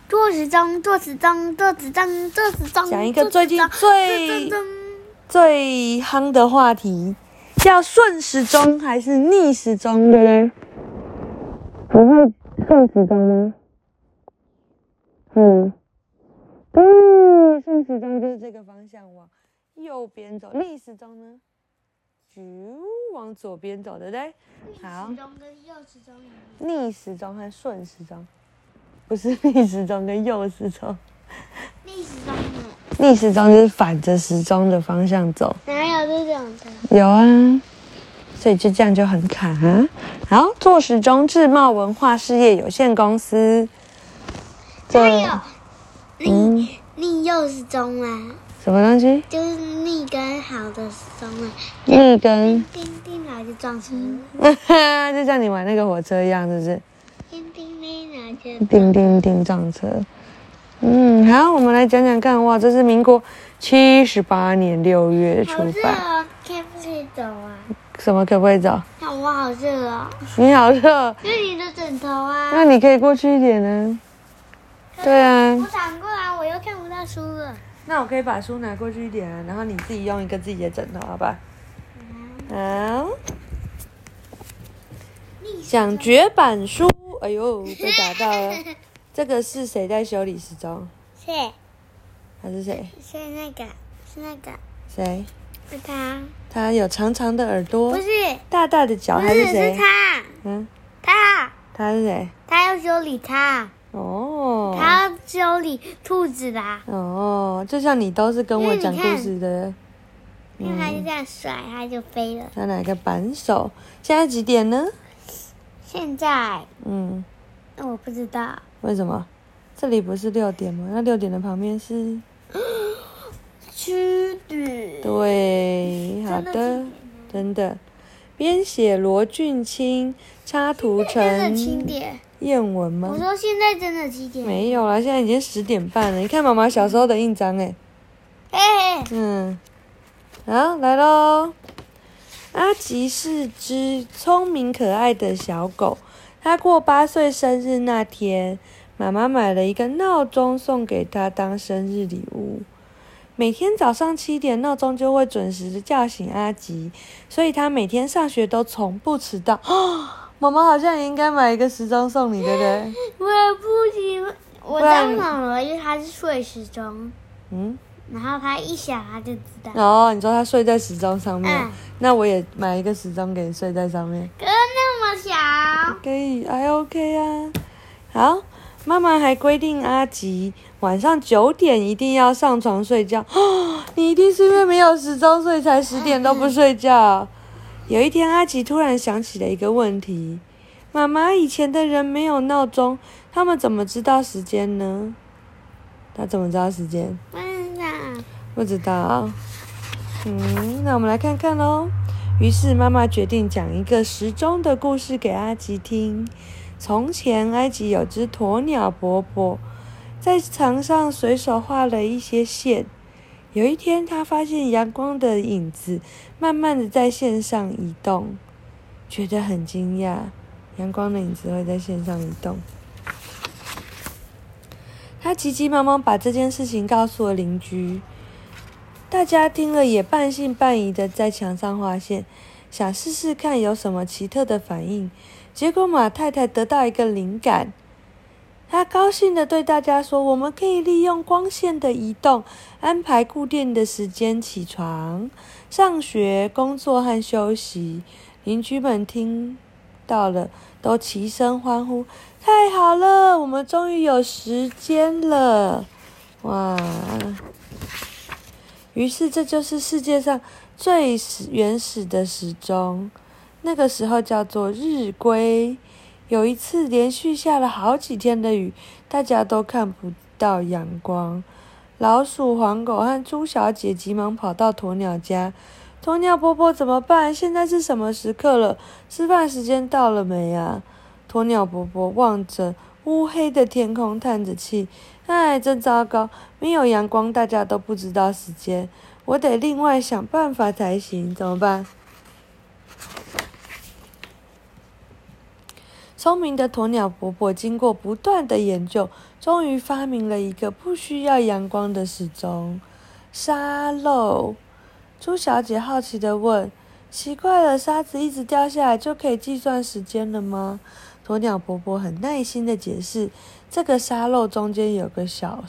做时钟，做时钟，做时钟，做时钟。 讲一个最近最夯的话题，叫顺时钟还是逆时钟，对不对？你会顺时钟吗？顺时钟就是这个方向往右边走，逆时钟呢，往左边走，对不对？好。 逆时钟跟右时钟有逆时钟和顺时钟，不是逆时钟跟右时钟。 逆时钟呢？ 逆时钟就是反着时钟的方向走。 哪有这种的？ 有啊，所以就这样就很卡啊。好，做时钟智茂文化事业有限公司。 还有逆右时钟啊？ 什么东西？ 就是逆跟好的时钟啊。 逆跟叮叮来就撞车， 就像你玩那个火车一样，是不是？ 叮叮叮来就叮叮叮撞车。好，我们来讲讲看。哇，这是民国78年6月出好热版。 哦，可不可以走啊？ 什么可不可以走？ 我好热哦， 你好热， 是你的枕头啊。 那你可以过去一点呢。对啊， 我转过来，我又看不到书了。 那我可以把书拿过去一点啊，然后你自己用一个自己的枕头，好吧？好，讲绝版书，哎呦，被打到了。这个是谁在修理时钟？ 谁？ 他是谁？ 是那个， 谁？ 是他。 他有长长的耳朵， 不是， 大大的脚，还是谁？ 是他。 他是谁？ 他要修理他。 哦。 他要修理兔子啦。 哦，就像你都是跟我讲故事的。 因为他就这样甩，他就飞了。 他拿个扳手。现在几点呢？ 现在， 我不知道。 为什么？这里不是6点吗？那6点的旁边是 7点。 对，好的，真的。编写罗俊卿，插图成燕文吗？ 我说现在真的7点。 没有啦，现在已经10点半了。你看妈妈小时候的印章好，来咯。阿吉是只聪明可爱的小狗，它过8岁生日那天，妈妈买了一个闹钟送给它当生日礼物。每天早上7点，闹钟就会准时叫醒阿吉，所以他每天上学都从不迟到。妈妈好像也应该买一个时钟送你，对不对？ 我不行，我当场了，因为它是睡时钟。然后它一响，它就知道。 哦，你说它睡在时钟上面，那我也买一个时钟给你睡在上面。 可是那么小。 可以，还 OK 啊。好，妈妈还规定阿吉晚上9点一定要上床睡觉。你一定是因为没有时钟，所以才10点都不睡觉。有一天，阿吉突然想起了一个问题：妈妈，以前的人没有闹钟，他们怎么知道时间呢？他怎么知道时间？不知道。那我们来看看咯。于是妈妈决定讲一个时钟的故事给阿吉听。从前，埃及有只鸵鸟伯伯，在墙上随手画了一些线。有一天，他发现阳光的影子慢慢的在线上移动，觉得很惊讶，阳光的影子会在线上移动。他急急忙忙把这件事情告诉了邻居。大家听了也半信半疑的在墙上画线，想试试看有什么奇特的反应。结果马太太得到一个灵感，她高兴地对大家说：“我们可以利用光线的移动，安排固定的时间起床、上学、工作和休息。”邻居们听到了，都齐声欢呼：“太好了，我们终于有时间了！”哇！于是这就是世界上最原始的时钟，那个时候叫做日晷。有一次连续下了好几天的雨，大家都看不到阳光。老鼠、黄狗和猪小姐急忙跑到鸵鸟家。鸵鸟伯伯怎么办？现在是什么时刻了？吃饭时间到了没啊？鸵鸟伯伯望着乌黑的天空叹着气，真糟糕，没有阳光，大家都不知道时间，我得另外想办法才行，怎么办？ 聪明的鸵鸟伯伯经过不断的研究，终于发明了一个不需要阳光的时钟——沙漏。猪小姐好奇地问：“奇怪了，沙子一直掉下来就可以计算时间了吗？”鸵鸟伯伯很耐心地解释：“这个沙漏中间有个小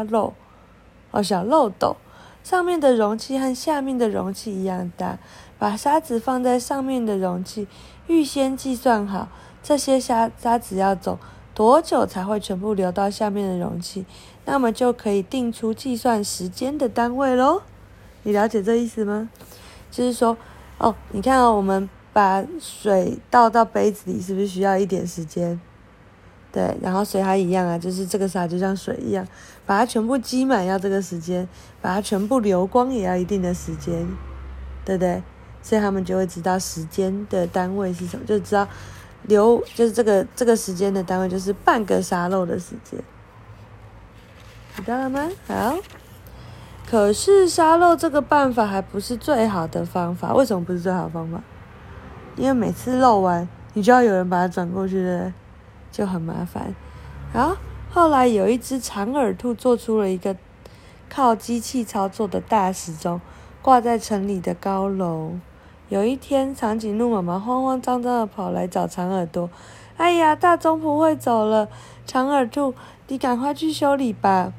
漏斗，上面的容器和下面的容器一样大，把沙子放在上面的容器，预先计算好。”这些沙子要走多久才会全部流到下面的容器，那么就可以定出计算时间的单位咯。你了解这意思吗？就是说，你看我们把水倒到杯子里是不是需要一点时间？对，然后水还一样啊，就是这个沙就像水一样，把它全部积满要这个时间，把它全部流光也要一定的时间，对不对？所以他们就会知道时间的单位是什么，就知道就是这个时间的单位就是半个沙漏的时间，知道了吗？好，可是沙漏这个办法还不是最好的方法。为什么不是最好的方法？因为每次漏完，你就要有人把它转过去，对不对？就很麻烦。好，后来有一只长耳兔做出了一个靠机器操作的大时钟，挂在城里的高楼。有一天，长颈鹿妈妈慌慌张张地跑来找长耳朵。哎呀，大钟不会走了，长耳兔，你赶快去修理吧。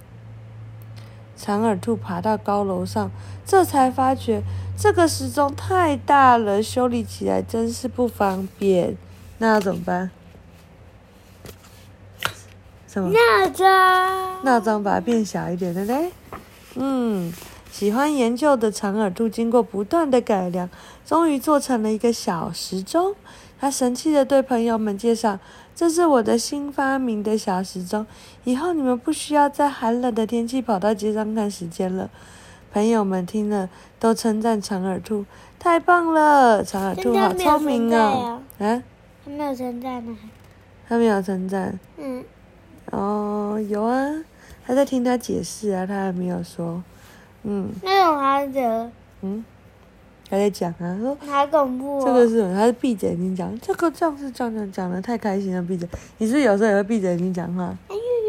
长耳兔爬到高楼上，这才发觉这个时钟太大了，修理起来真是不方便。那要怎么办？什么？闹钟把它变小一点，对不对？喜欢研究的长耳兔经过不断的改良，终于做成了一个小时钟。他神气地对朋友们介绍：“这是我的新发明的小时钟，以后你们不需要在寒冷的天气跑到街上看时间了。”朋友们听了都称赞长耳兔：“太棒了，长耳兔好聪明哦！”啊？ 他没有称赞呢。 他没有称赞。有啊，他在听他解释啊，他还没有说。 那种他的。 还在讲啊，说好恐怖哦。 这个是什么？他是闭着眼睛讲，这个这样是这样讲的，太开心了，闭着。你是不是有时候也会闭着眼睛讲话？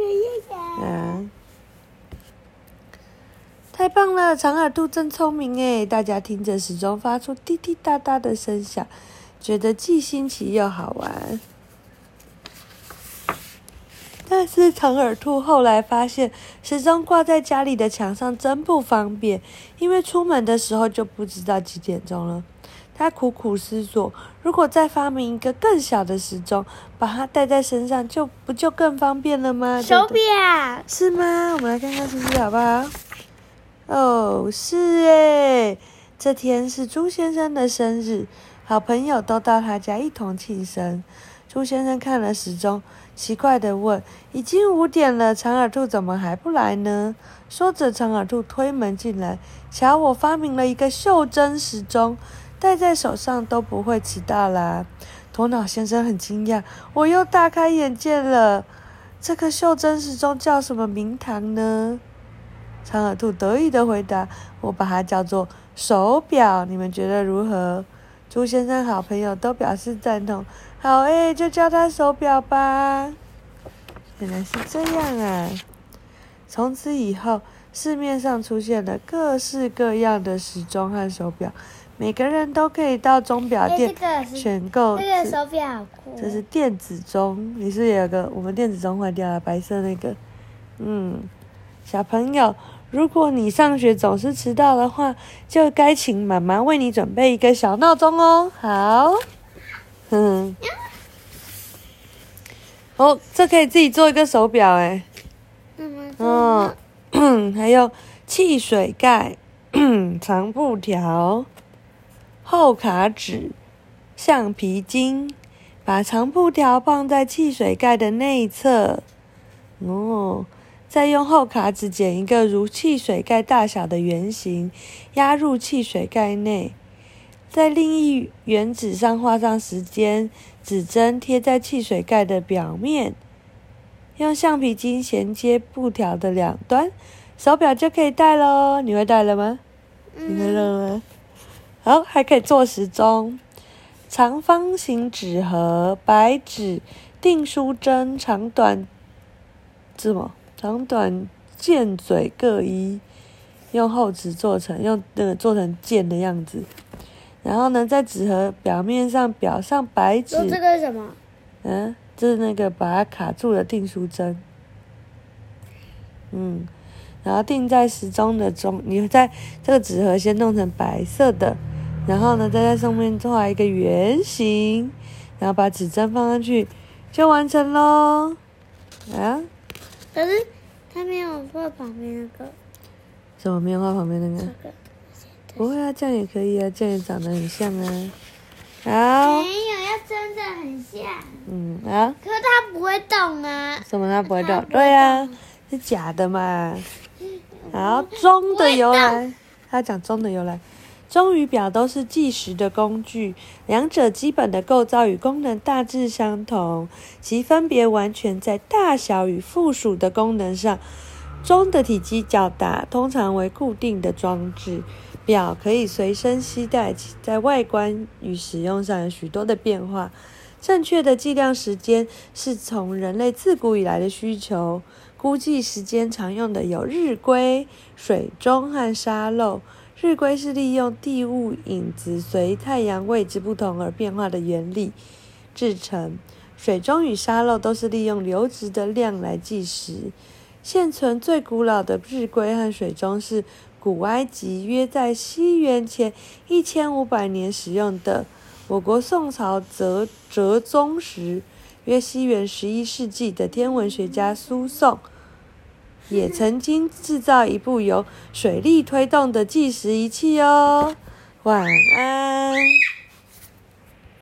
太棒了，长耳兔真聪明诶！大家听着时钟发出滴滴答答的声响，觉得既新奇又好玩。但是长耳兔后来发现，时钟挂在家里的墙上真不方便，因为出门的时候就不知道几点钟了。他苦苦思索，如果再发明一个更小的时钟，把它戴在身上，不就更方便了吗？ 手表是吗？我们来看看是不是好不好？是耶！这天是猪先生的生日，好朋友都到他家一同庆生。猪先生看了时钟，奇怪地问：“已经5点了，长耳兔怎么还不来呢？”说着，长耳兔推门进来，瞧，我发明了一个袖珍时钟，戴在手上都不会迟到啦。鸵鸟先生很惊讶，我又大开眼界了。这个袖珍时钟叫什么名堂呢？长耳兔得意地回答：“我把它叫做手表，你们觉得如何？”猪先生好朋友都表示赞同。好就叫它手表吧。原来是这样啊！从此以后，市面上出现了各式各样的时钟和手表，每个人都可以到钟表店选购。 这个手表好酷。 这是电子钟，你是不是有个我们电子钟坏掉了，白色那个？小朋友，如果你上学总是迟到的话，就该请妈妈为你准备一个小闹钟哦。好。这可以自己做一个手表诶。还有汽水盖、长布条、厚卡纸、橡皮筋，把长布条放在汽水盖的内侧，再用厚卡纸剪一个如汽水盖大小的圆形，压入汽水盖内。在另一原纸上画上时间，指针贴在汽水盖的表面，用橡皮筋衔接布条的两端，手表就可以戴咯。你会戴了吗？你会戴了吗？好，还可以做时钟。 长方形纸盒、白纸、订书针、长短剑嘴各一，用厚纸做成剑的样子。然后呢，在纸盒表面上裱上白纸。 这个是什么？ 这是那个把它卡住的订书针。然后钉在时钟的钟，你在这个纸盒先弄成白色的，然后呢，再在上面画一个圆形，然后把指针放上去，就完成咯。 可是他没有画旁边那个。 什么没有画旁边那个？不会啊，这样也可以啊，这样也长得很像啊。好。 没有，要真的很像。 好。 可是它不会动啊。 什么它不会动？对啊，是假的嘛。好，钟的由来，他讲钟的由来。钟与表都是计时的工具，两者基本的构造与功能大致相同，其分别完全在大小与附属的功能上。钟的体积较大，通常为固定的装置；表可以随身携带，在外观与使用上有许多的变化。正确的计量时间是从人类自古以来的需求。估计时间常用的有日晷、水钟和沙漏。日晷是利用地物影子随太阳位置不同而变化的原理制成，水钟与沙漏都是利用流质的量来计时。现存最古老的日晷和水钟是古埃及约在西元前1500年使用的。我国宋朝哲宗时，约西元11世纪的天文学家苏颂也曾经制造一部由水力推动的计时仪器哦。晚安。